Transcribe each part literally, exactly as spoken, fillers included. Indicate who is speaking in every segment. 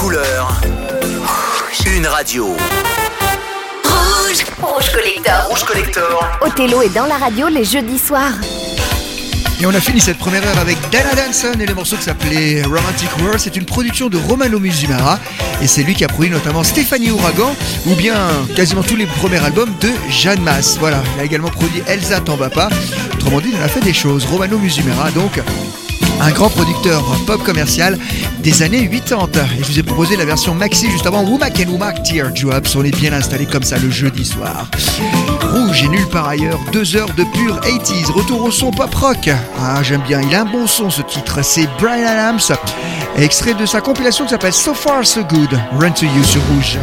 Speaker 1: couleurs, une radio.
Speaker 2: Rouge, Rouge Collector.
Speaker 1: Rouge Collector.
Speaker 2: Othello est dans la radio les jeudis soirs.
Speaker 3: Et on a fini cette première heure avec Dana Danson et le morceau qui s'appelait Romantic World. C'est une production de Romano Musumara et c'est lui qui a produit notamment Stéphanie Ouragan ou bien quasiment tous les premiers albums de Jeanne Masse. Voilà, il a également produit Elsa T'en va pas. Autrement dit, il a fait des choses. Romano Musumara, donc un grand producteur pop commercial des années quatre-vingt-dix. Et je vous ai proposé la version maxi juste avant Womack and Womack Teardrops. On est bien installé comme ça le jeudi soir. Rouge et nulle part ailleurs, deux heures de pur eighties. Retour au son pop rock. Ah, j'aime bien, il a un bon son ce titre. C'est Bryan Adams, extrait de sa compilation qui s'appelle So Far So Good. Run to You sur Rouge.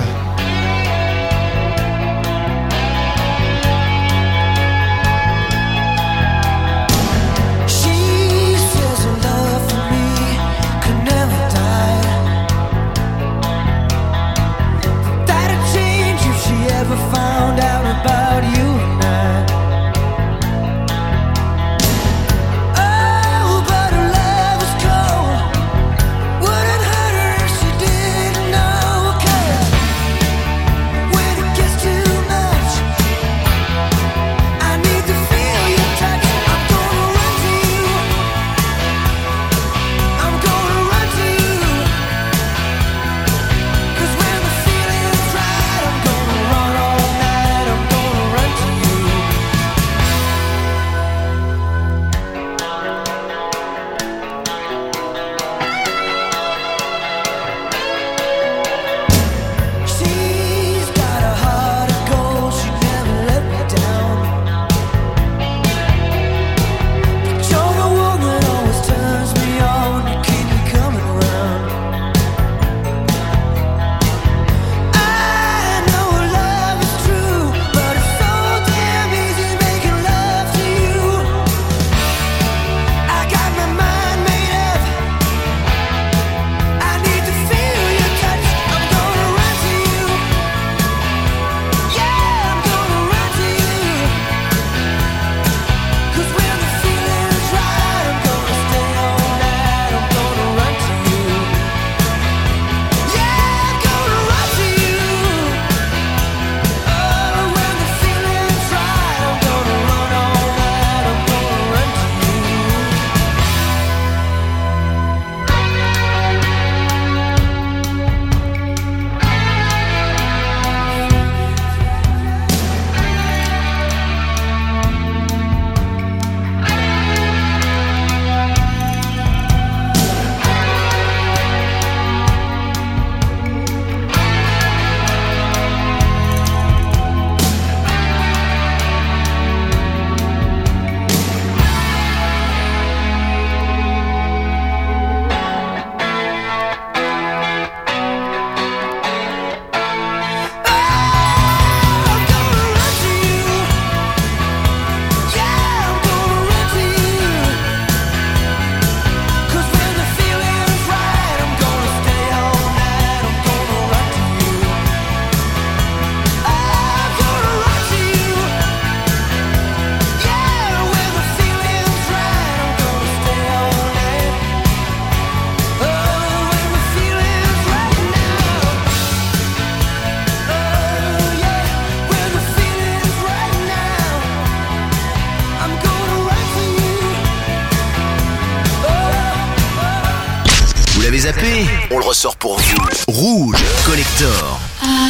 Speaker 1: On le ressort pour vous. Rouge Collector.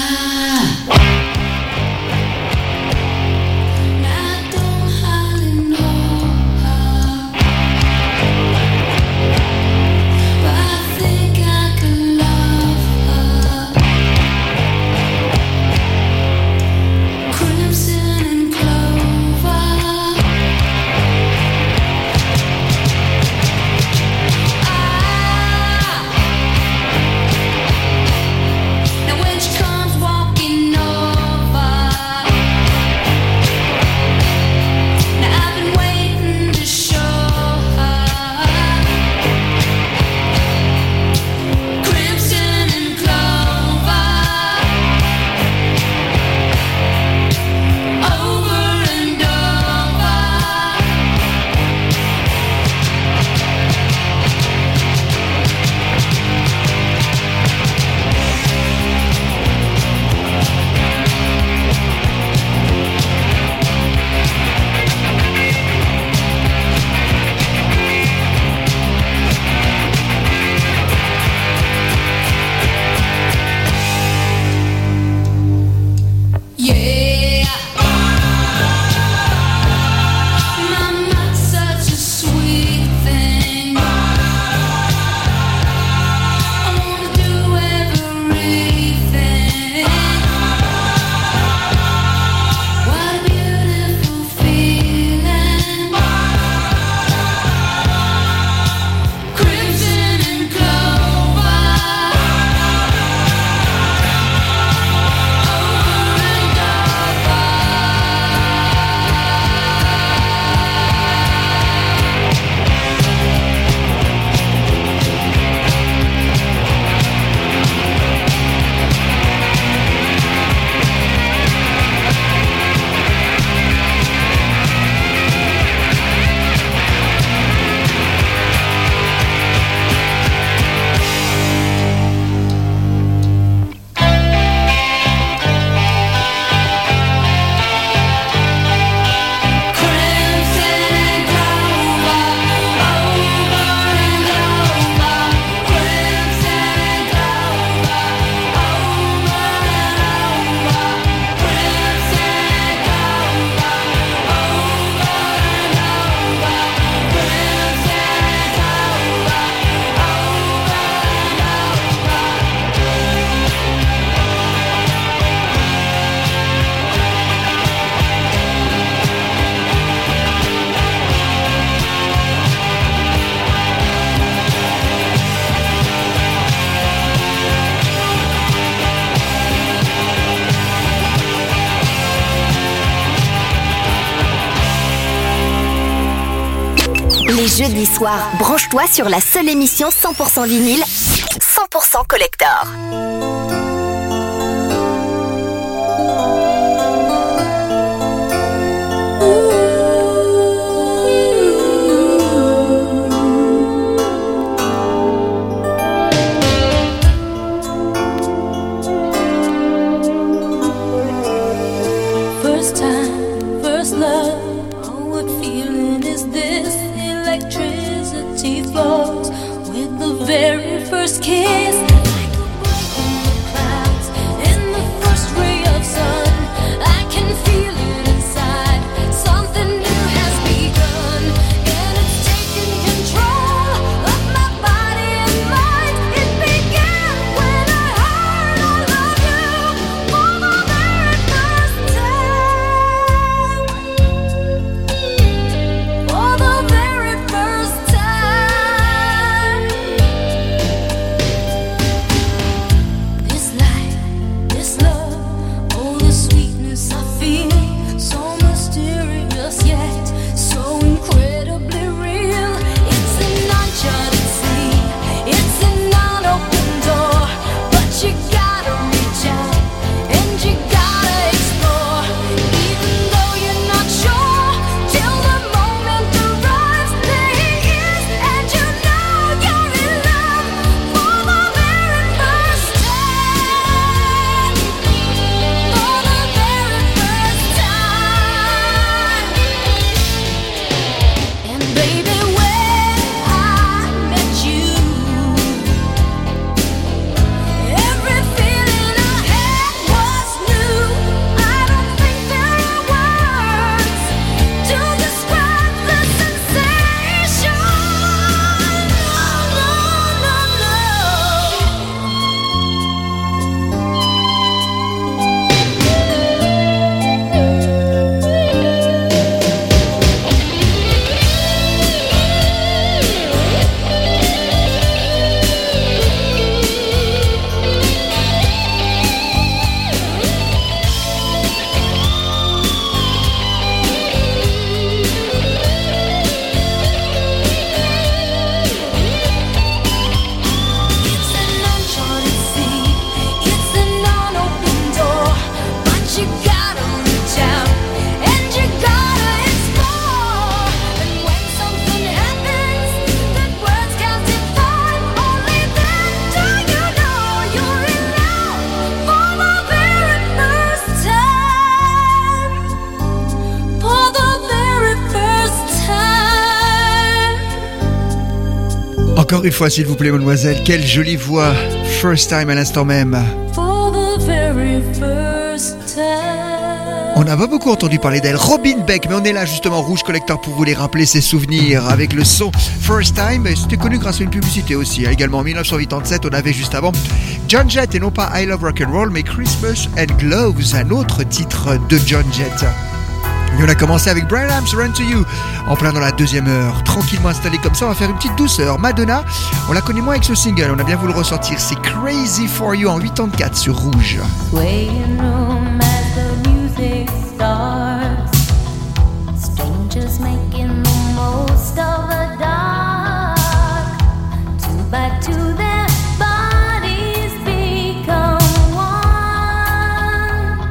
Speaker 4: Ah.
Speaker 5: Now when she comes walking on
Speaker 2: jeudis soirs. Branche-toi sur la seule émission cent pour cent vinyle, cent pour cent collector.
Speaker 4: Very first kiss, like a break in the clouds, in the first ray of sun, I can feel it inside. Something new has begun, and it's taking control of my body and mind. It began when I heard I love you for the very first time. For the very first time.
Speaker 3: Encore une fois, s'il vous plaît, mademoiselle, quelle jolie voix. First time à l'instant même.
Speaker 4: For the very first time.
Speaker 3: On n'a pas beaucoup entendu parler d'elle. Robin Beck, mais on est là justement, Rouge Collector, pour vous les rappeler ses souvenirs avec le son First Time. C'était connu grâce à une publicité aussi. Également en dix-neuf cent quatre-vingt-dix-sept, on avait juste avant John Jett, et non pas I Love Rock'n'Roll, mais Christmas and Gloves, un autre titre de John Jett. Et on a commencé avec Bryan Adams, Run to You, en plein dans la deuxième heure. Tranquillement installé comme ça, on va faire une petite douceur. Madonna, on la connaît moins avec ce single, on a bien voulu le ressortir. C'est Crazy for You en quatre-vingt-quatorze sur Rouge.
Speaker 4: Swaying room as the music starts, strangers making the most of the dark. Two by two their bodies become one.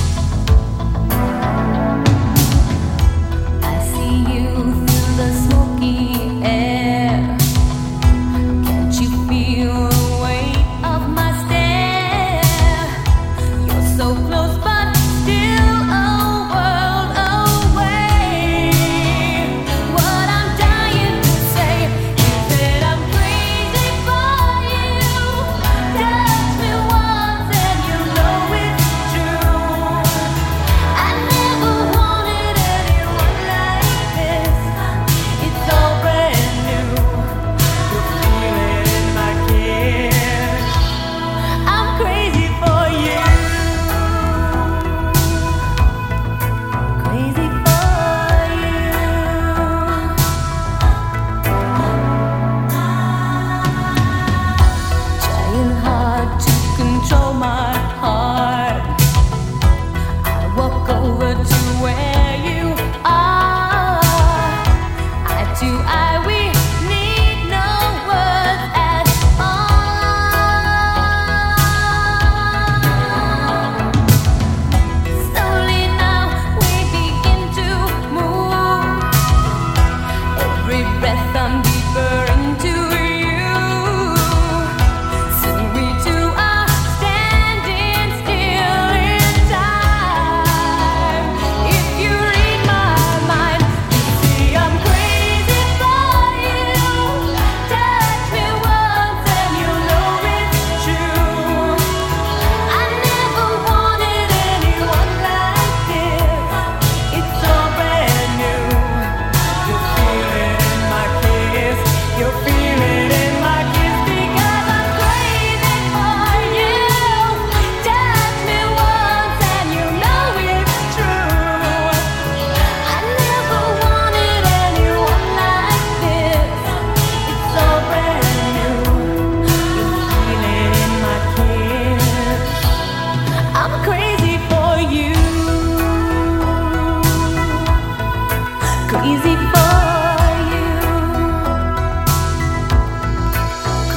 Speaker 4: I see you through the smoky air. Can't you feel the weight of my stare? You're so close but still a world away. What I'm dying to say is that I'm crazy for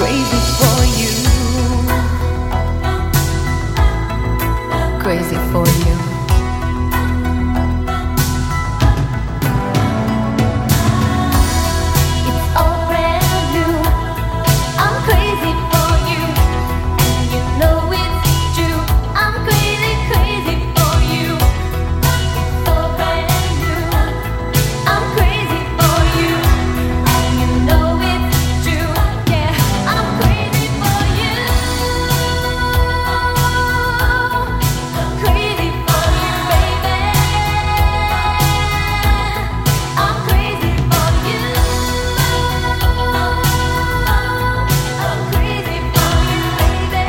Speaker 4: crazy for you. Crazy for you. It's all brand new. I'm crazy for you. And you know it's true. I'm crazy, crazy for you. It's all brand new. I'm crazy for you. And you know it's true. Yeah, I'm crazy for you. Crazy for you, baby. I'm crazy for you. I'm crazy for you, baby.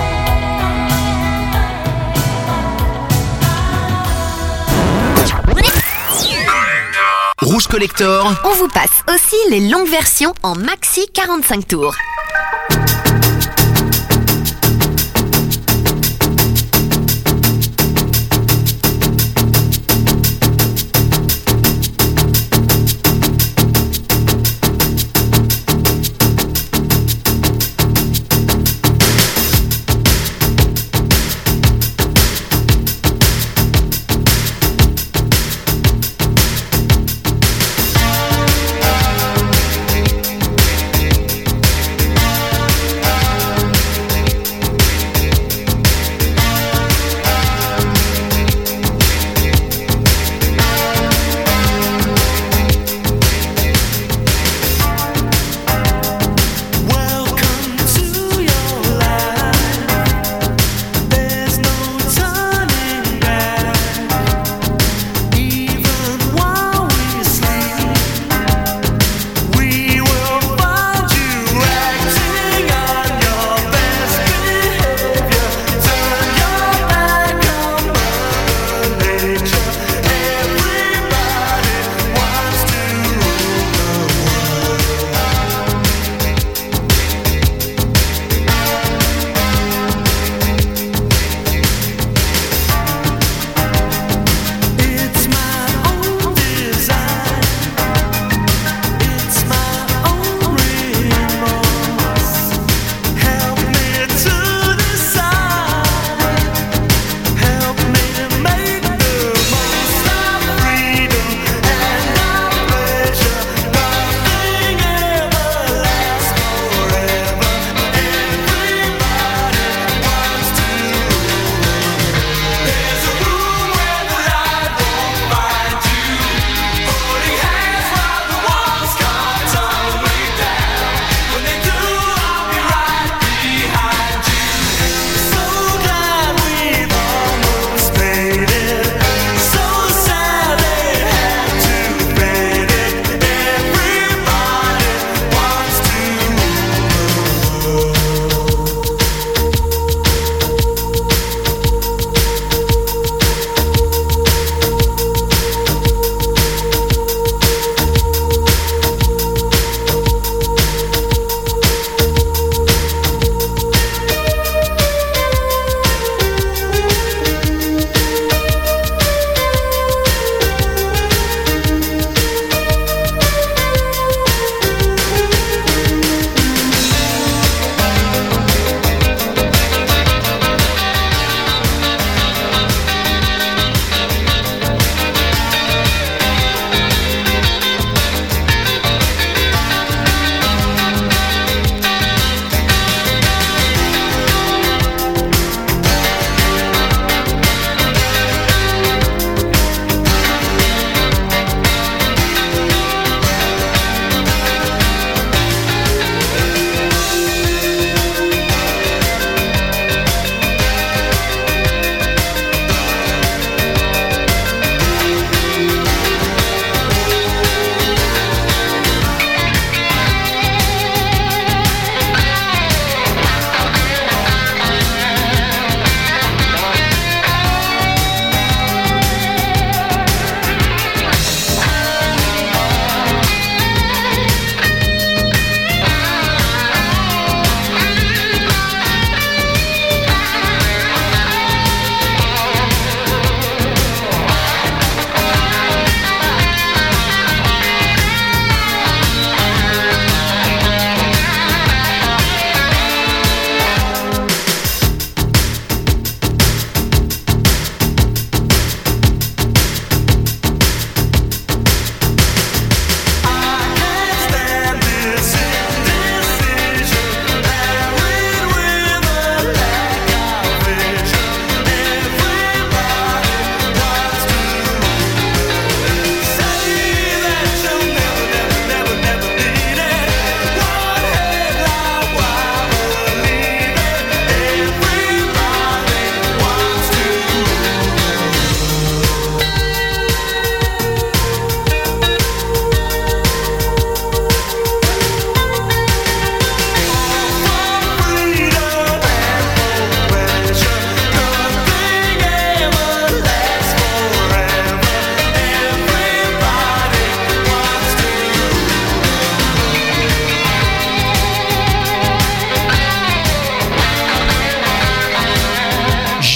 Speaker 1: Rouge Collector,
Speaker 2: On vous passe aussi les longues versions en maxi quarante-cinq tours.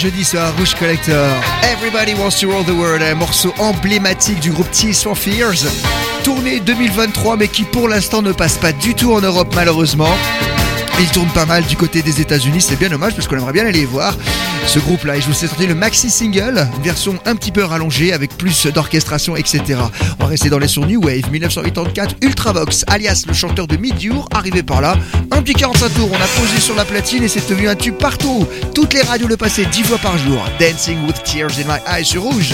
Speaker 3: jeudi soir, Rouge Collector. Everybody Wants to Rule the World, un morceau emblématique du groupe Tears for Fears. Tournée deux mille vingt-trois, mais qui pour l'instant ne passe pas du tout en Europe, malheureusement. Il tourne pas mal du côté des États-Unis, c'est bien dommage parce qu'on aimerait bien aller voir ce groupe-là. Et je vous ai sorti le maxi single, une version un petit peu rallongée avec plus d'orchestration, et cetera. On va rester dans les sons New Wave, dix-neuf cent quatre-vingt-quatre, Ultravox, alias le chanteur de Midjour, arrivé par là. Un petit quarante-cinq tours, on a posé sur la platine et c'est devenu un tube partout. Toutes les radios le passaient dix fois par jour. Dancing with Tears in My Eyes sur Rouge.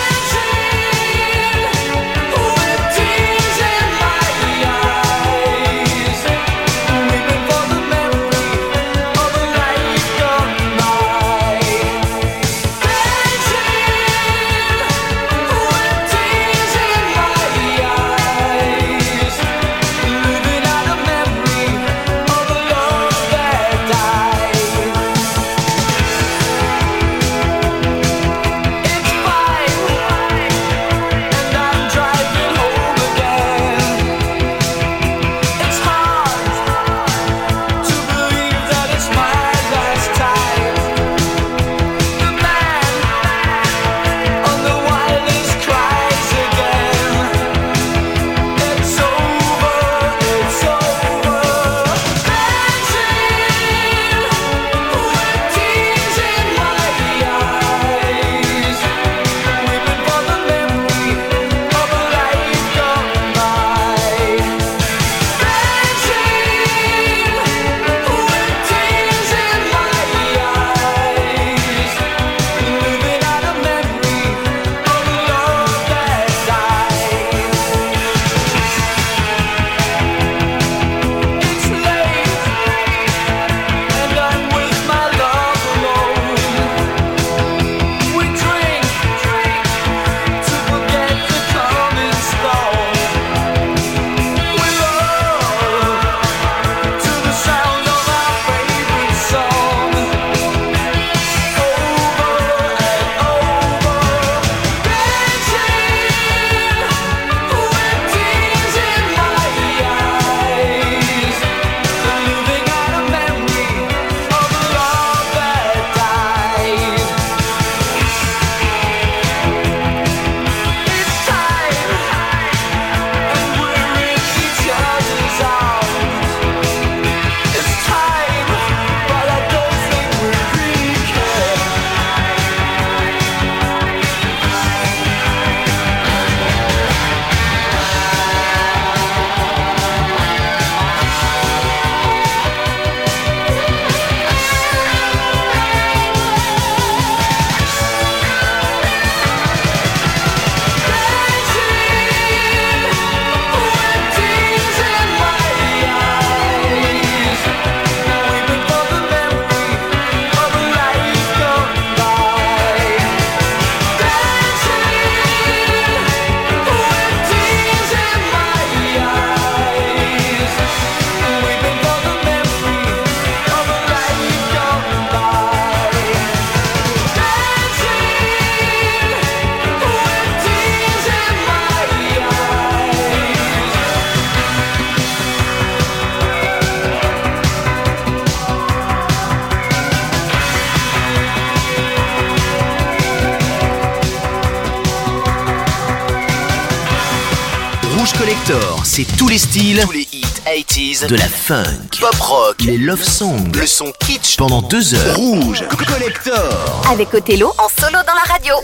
Speaker 1: Collector, c'est tous les styles, tous les hits quatre-vingt-dix, de la funk, pop rock, les love songs, le son kitsch pendant deux heures. Rouge Collector.
Speaker 2: Avec Othello en solo dans la radio.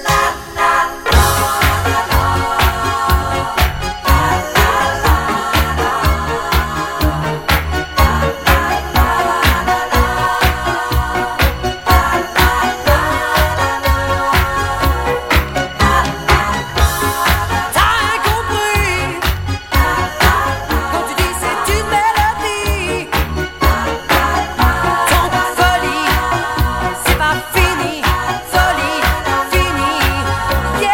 Speaker 4: Folie, folie, fini. Yeah.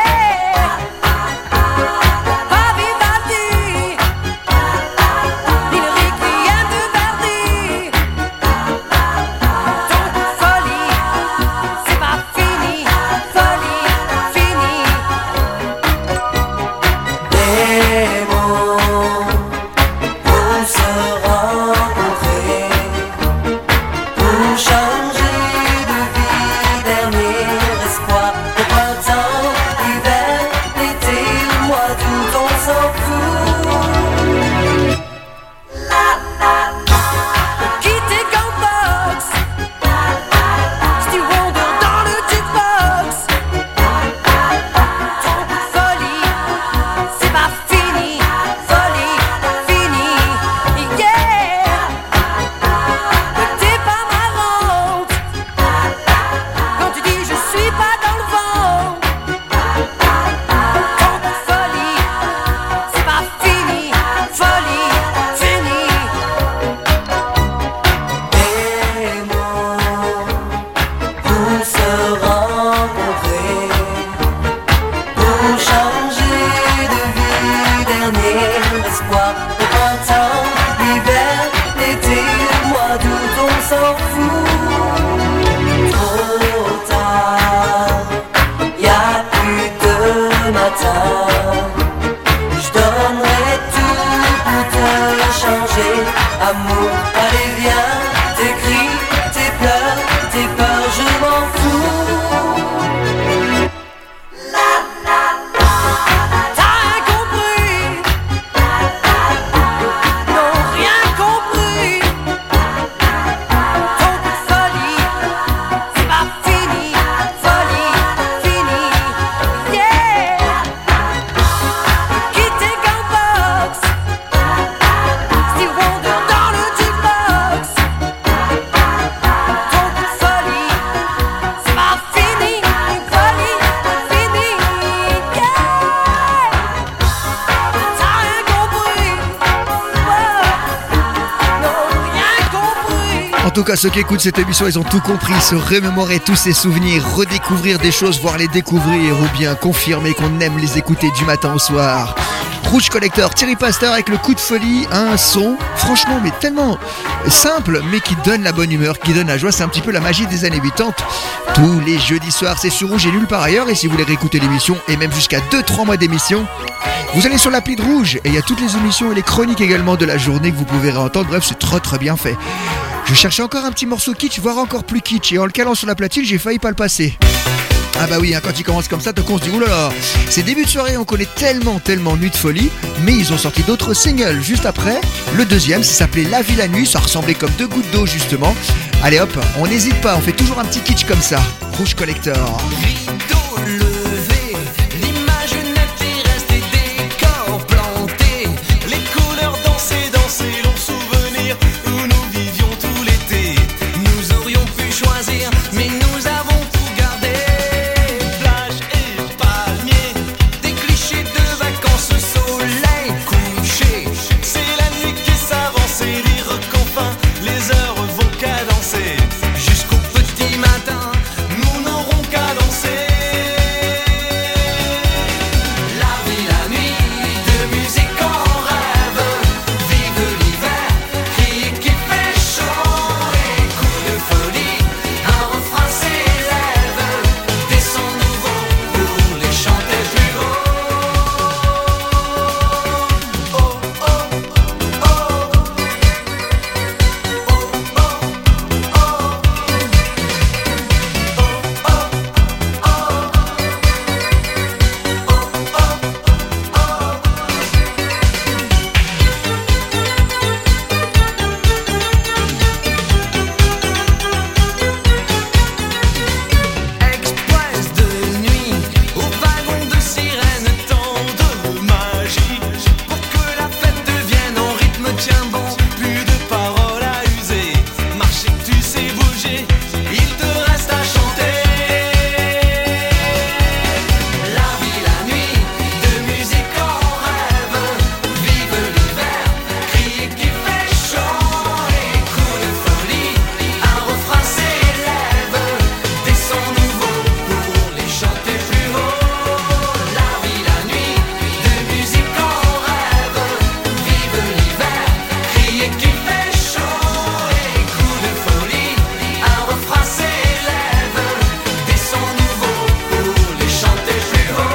Speaker 3: En tout cas, ceux qui écoutent cette émission, ils ont tout compris, se remémorer tous ces souvenirs, redécouvrir des choses, voire les découvrir, ou bien confirmer qu'on aime les écouter du matin au soir. Rouge Collector, Thierry Pasteur avec le coup de folie, un son, franchement, mais tellement simple, mais qui donne la bonne humeur, qui donne la joie. C'est un petit peu la magie des années quatre-vingt-dix. Tous les jeudis soirs, c'est sur Rouge et nulle part ailleurs. Et si vous voulez réécouter l'émission, et même jusqu'à deux trois mois d'émission, vous allez sur l'appli de Rouge, et il y a toutes les émissions et les chroniques également de la journée que vous pouvez réentendre. Bref, c'est très très bien fait. Je cherchais encore un petit morceau kitsch, voire encore plus kitsch, et en le calant sur la platine, j'ai failli pas le passer. Ah bah oui, hein, quand il commence comme ça, on se dit oulala. C'est début de soirée, on connaît tellement, tellement Nuit de Folie, mais ils ont sorti d'autres singles juste après. Le deuxième, ça s'appelait La Vie la Nuit, ça ressemblait comme deux gouttes d'eau justement. Allez hop, on n'hésite pas, on fait toujours un petit kitsch comme ça. Rouge Collector.
Speaker 5: Rideau levé, l'image nette et reste des décors plantés. Les couleurs dansées, dansées, leurs souvenirs où nous vivions tout l'été. Nous aurions pu choisir, mais nous avons tout gardé. Plage et palmiers, des clichés de vacances, soleil couché. C'est la nuit qui s'avance et dire qu'enfin les heures vont cadencer. Jusqu'au petit matin, nous n'aurons qu'à danser. La vie, la nuit, de musique en rêve. Vive l'hiver, crier qui fait chaud. Et coup de folie, un refrain s'élève. Des sons nouveaux pour les chanter plus haut. Oh, oh, oh, oh. Express de nuit, au wagon de sirène, tant de magie. Pour que la fête devienne en rythme, tiens bon, plus de paroles à user. Marcher, tu sais bouger, il te reste à chanter. La vie, la nuit, de musique en rêve. Vive l'hiver, crier qui fait chaud. Et coup de folie, un refrain s'élève. Des sons nouveaux pour les chanter plus haut. La vie, la nuit, de musique en rêve. Vive l'hiver, crier qui fait chaud. Et coup de folie, un refrain s'élève. Des sons nouveaux pour les chanter plus haut.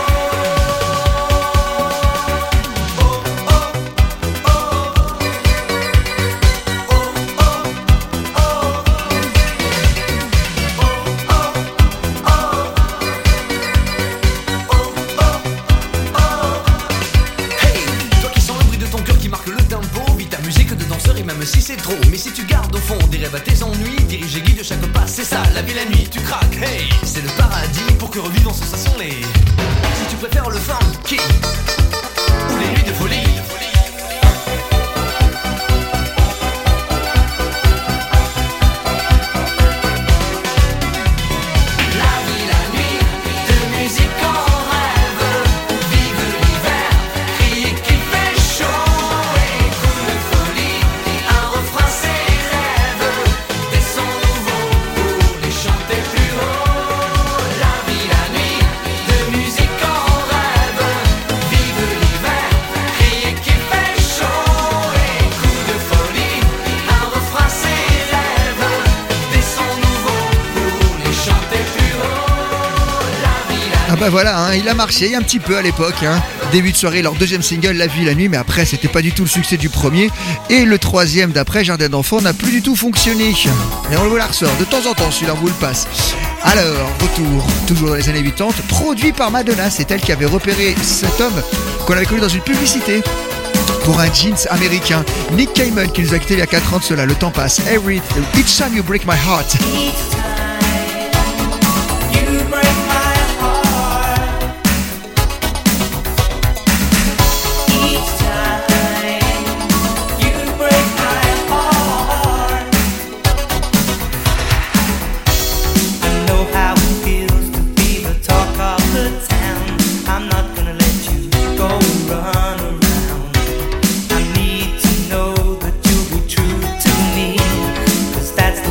Speaker 5: Hey, toi qui sens le bruit de ton cœur qui marque le tempo, vis ta musique de danseur et même si c'est trop. Mais si tu gardes au fond des rêves à tes ennuis, dirige et guide chaque pas, c'est ça, la vie la nuit, tu craques, hey, c'est le paradis pour que revivent en sensation les. Si tu préfères le funky ou les nuits de folie. La vie, la nuit, de musique en rêve. Vive l'hiver, crier qui fait chaud. Et coup de folie, un refrain s'élève. Des sons nouveaux pour les chanter plus haut. La vie, la nuit, de musique en rêve. Vive l'hiver, crier qui fait chaud. Et coup de folie, un refrain s'élève. Des sons nouveaux pour les chanter plus haut. La vie, la
Speaker 3: Ah bah voilà, hein, il a marché un petit peu à l'époque. Hein. Début de soirée, leur deuxième single, La Vie la Nuit, mais après, c'était pas du tout le succès du premier. Et le troisième d'après, Jardin d'enfants, n'a plus du tout fonctionné. Et on vous la ressort de temps en temps, celui-là, on vous le passe. Alors, retour, toujours dans les années quatre-vingt-dix, produit par Madonna. C'est elle qui avait repéré cet homme qu'on avait connu dans une publicité pour un jeans américain. Nick Cayman, qui nous a quitté il y a quatre ans de cela. Le temps passe. Every, each time you break my heart.
Speaker 6: That's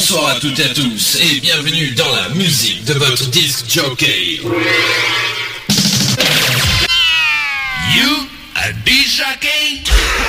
Speaker 6: Bonsoir à toutes et à tous et bienvenue dans la musique de votre disc jockey. You a disc jockey?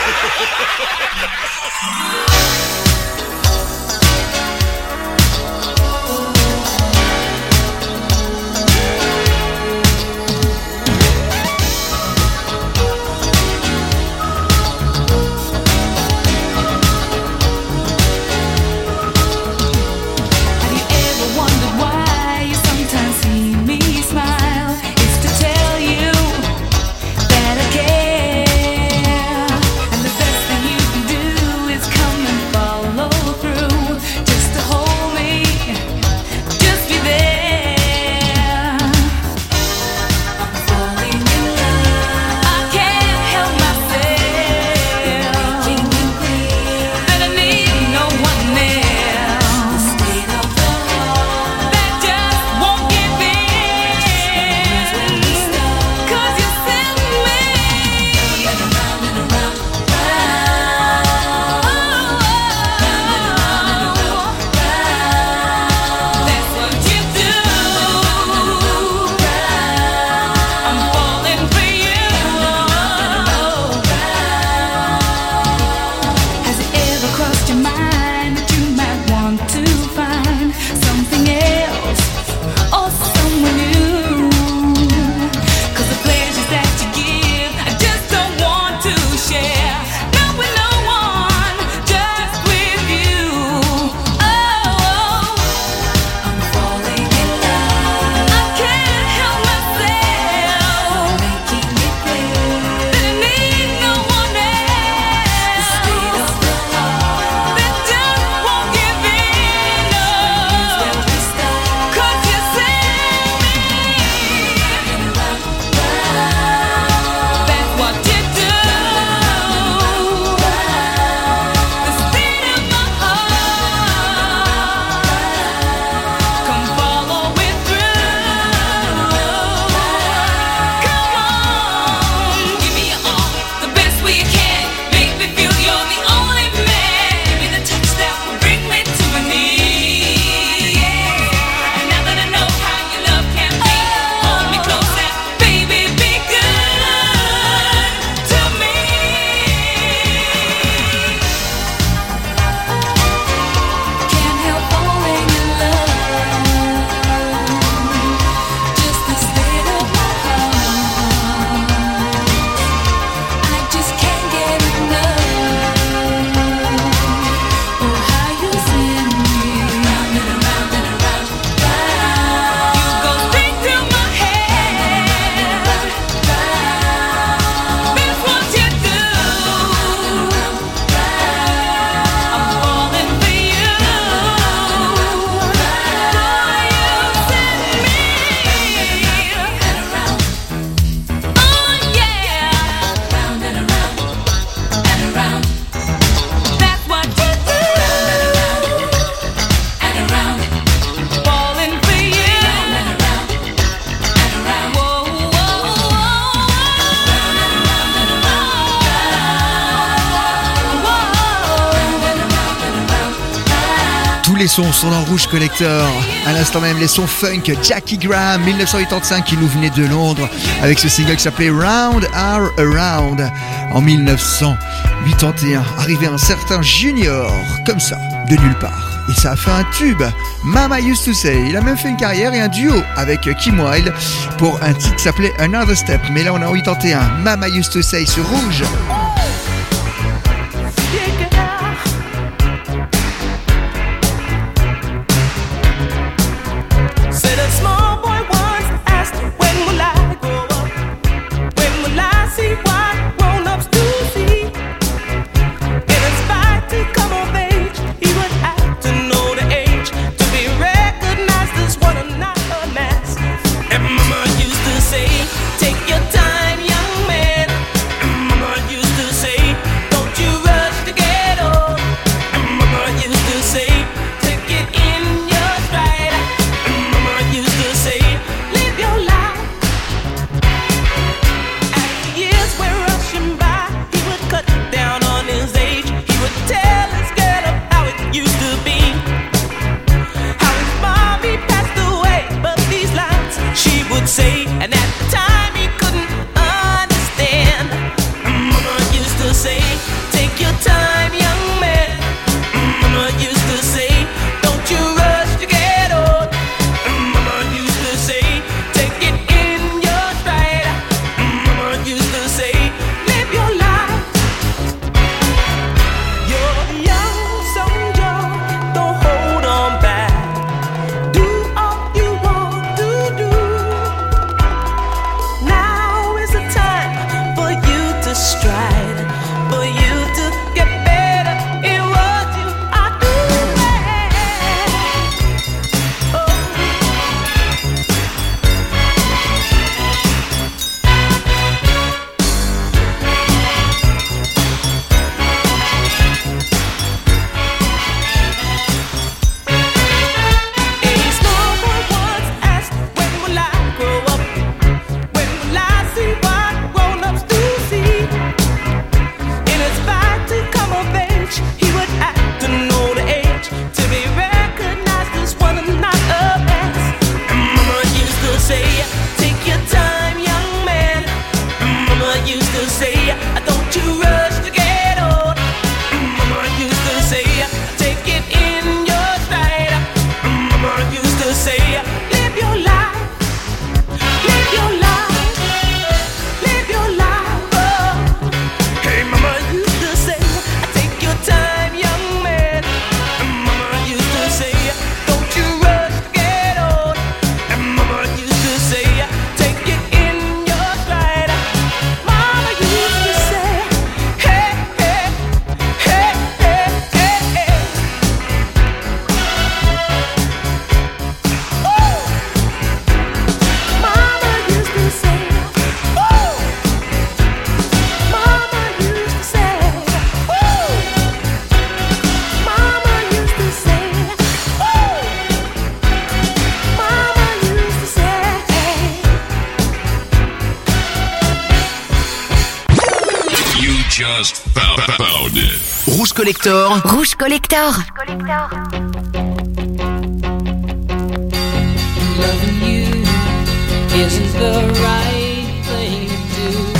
Speaker 3: Les sons sont dans Rouge Collector. À l'instant même, les sons funk Jackie Graham, dix-neuf cent quatre-vingt-quinze, qui nous venait de Londres avec ce single qui s'appelait Round Are Around en dix-neuf cent quatre-vingt-onze. Arrivé un certain Junior, comme ça, de nulle part. Et ça a fait un tube. Mama Used to Say. Il a même fait une carrière et un duo avec Kim Wilde pour un titre qui s'appelait Another Step. Mais là, on a quatre-vingt-onze. Mama Used to Say sur Rouge.
Speaker 5: Take your time, young man. Mama used to say, don't you rush to get
Speaker 1: Rouge Collector,
Speaker 2: Rouge Collector.
Speaker 7: Loving you isn't the right thing to do.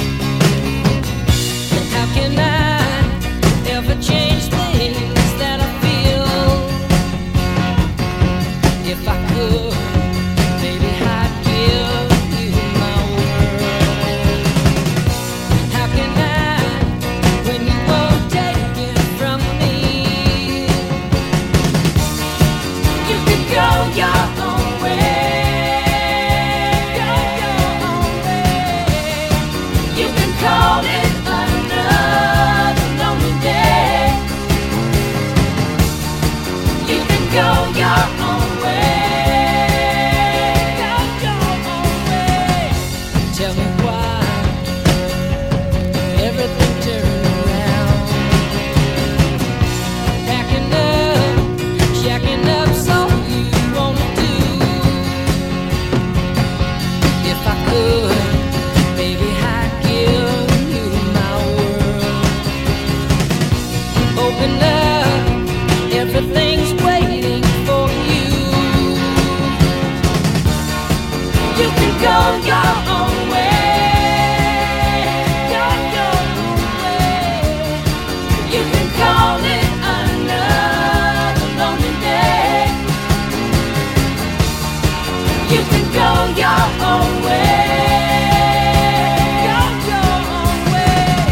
Speaker 7: And how can I ever change things that I feel? If I could, maybe I'd give you my word. How can I, when you won't take it from me? You could go your own way, go your own way. You can call it another lonely day. You can go your own way, go your own way. Tell me why everything turned around. Packing up, shacking up, so you wanna do. If I could, maybe I'd give you my world. Open up, everything's waiting for you. You can go your own way, go your own way. You can call it another lonely day. You can go your own way, go your own way.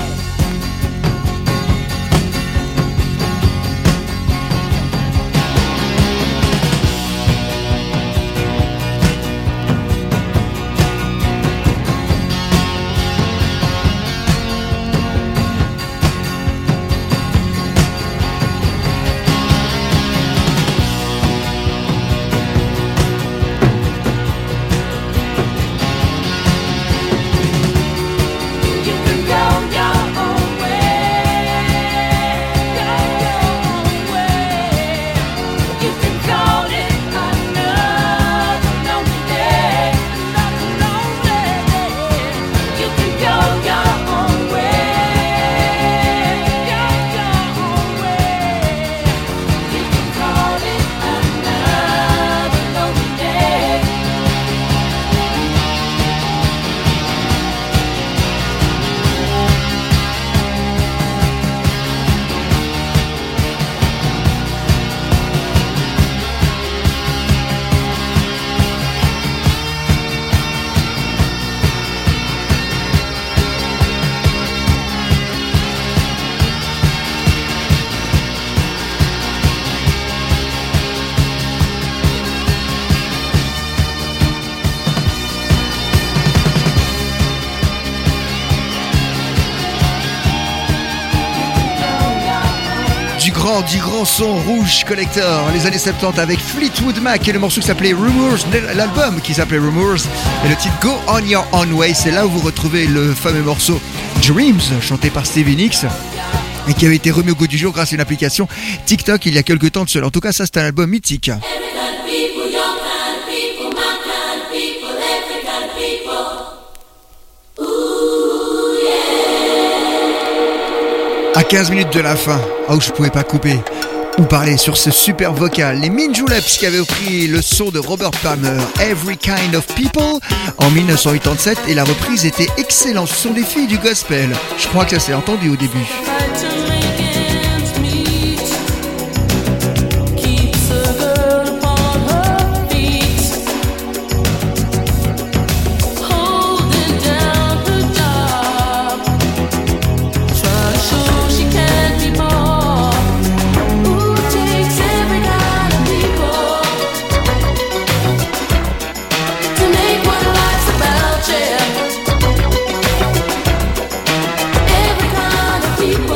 Speaker 7: You can go your own way, go your own way. You can call it another lonely day, another lonely day. You can go your own way, go your own way. You can call it another lonely day.
Speaker 3: Du grand, du grand son Rouge Collector, les années soixante-dix avec Fleetwood Mac et le morceau qui s'appelait Rumors, l'album qui s'appelait Rumors et le titre Go On Your Own Way. C'est là où vous retrouvez le fameux morceau Dreams chanté par Stevie Nicks et qui avait été remis au goût du jour grâce à une application TikTok il y a quelques temps de cela. En tout cas, ça c'est un album mythique.
Speaker 4: Every kind of people, your kind of people, my kind of people, every kind of people. Ooh, yeah.
Speaker 3: À quinze minutes de la fin, oh je pouvais pas couper ou parler sur ce super vocal. Les Minjuleps qui avaient repris le son de Robert Palmer, Every Kind of People, en dix-neuf cent quatre-vingt-dix-sept, et la reprise était excellente. Ce sont des filles du gospel. Je crois que ça s'est entendu au début.
Speaker 7: Fight to make ends meet. Keeps a girl upon her feet. Holding down her job. Trying to show she can be more. Who takes every kind of people to make what life's about, yeah. Every kind of people.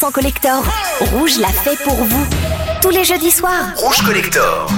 Speaker 2: cent collector. Rouge l'a fait pour vous. Tous les jeudis soirs.
Speaker 1: Rouge Collector.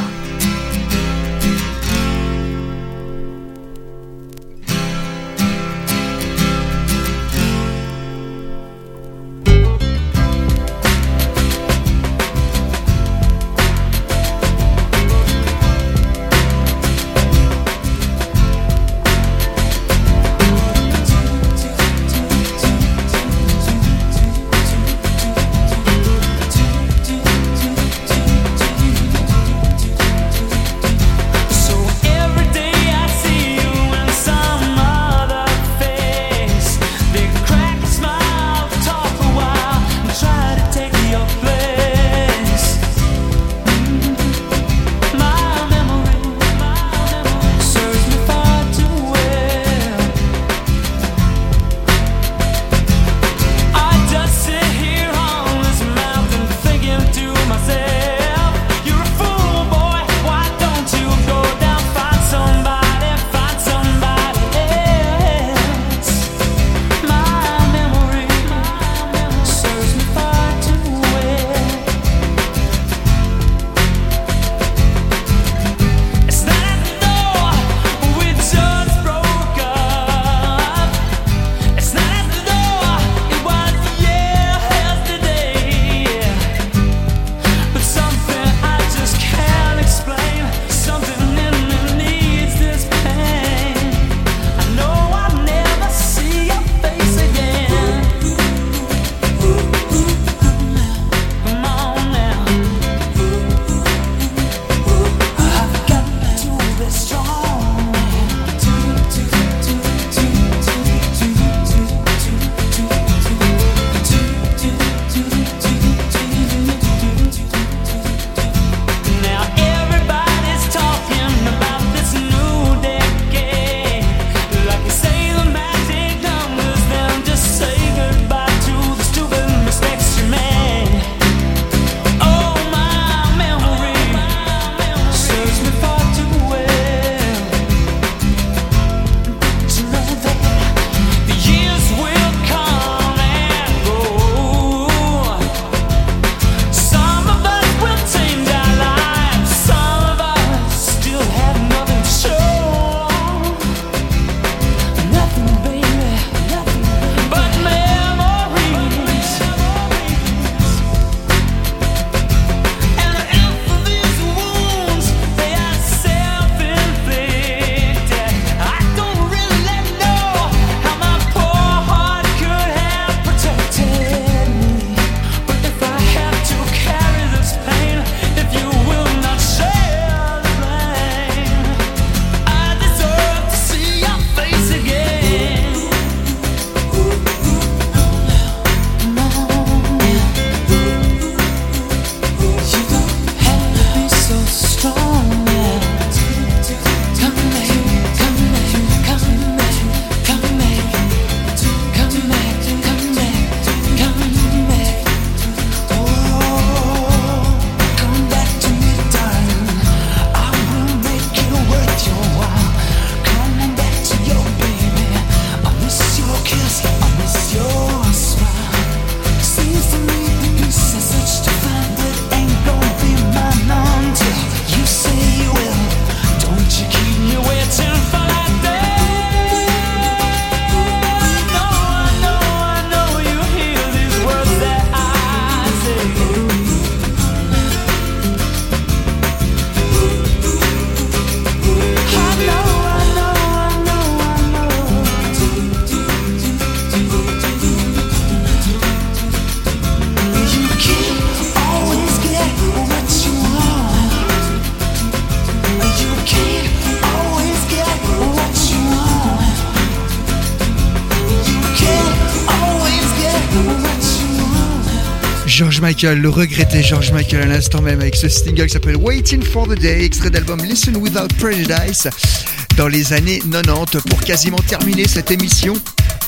Speaker 3: George Michael, le regretté George Michael à l'instant même avec ce single qui s'appelle Waiting for the Day, extrait d'album Listen Without Prejudice dans les années quatre-vingt-dix. Pour quasiment terminer cette émission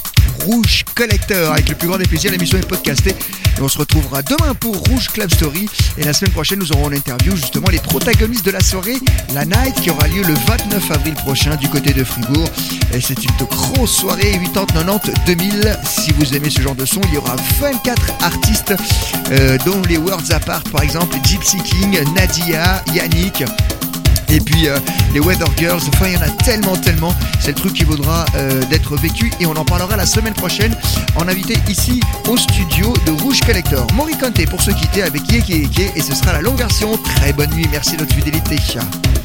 Speaker 3: Rouge Collector. Avec le plus grand des plaisirs, l'émission est podcastée et on se retrouvera demain pour Rouge Club Story. Et la semaine prochaine, nous aurons en interview justement les protagonistes de la soirée, la Night, qui aura lieu le vingt-neuf avril prochain du côté de Fribourg. Et c'est une grosse soirée, quatre-vingt-dix, quatre-vingt-dix, deux mille. Si vous aimez ce genre de son, il y aura vingt-quatre artistes, euh, dont les Worlds Apart par exemple, Gypsy King, Nadia, Yannick. Et puis euh, les Weather Girls, enfin il y en a tellement, tellement. C'est le truc qui vaudra euh, d'être vécu et on en parlera la semaine prochaine en invité ici au studio de Rouge Collector. Morricone pour se quitter avec Yeke Yeke et ce sera la longue version. Très bonne nuit, merci de votre fidélité.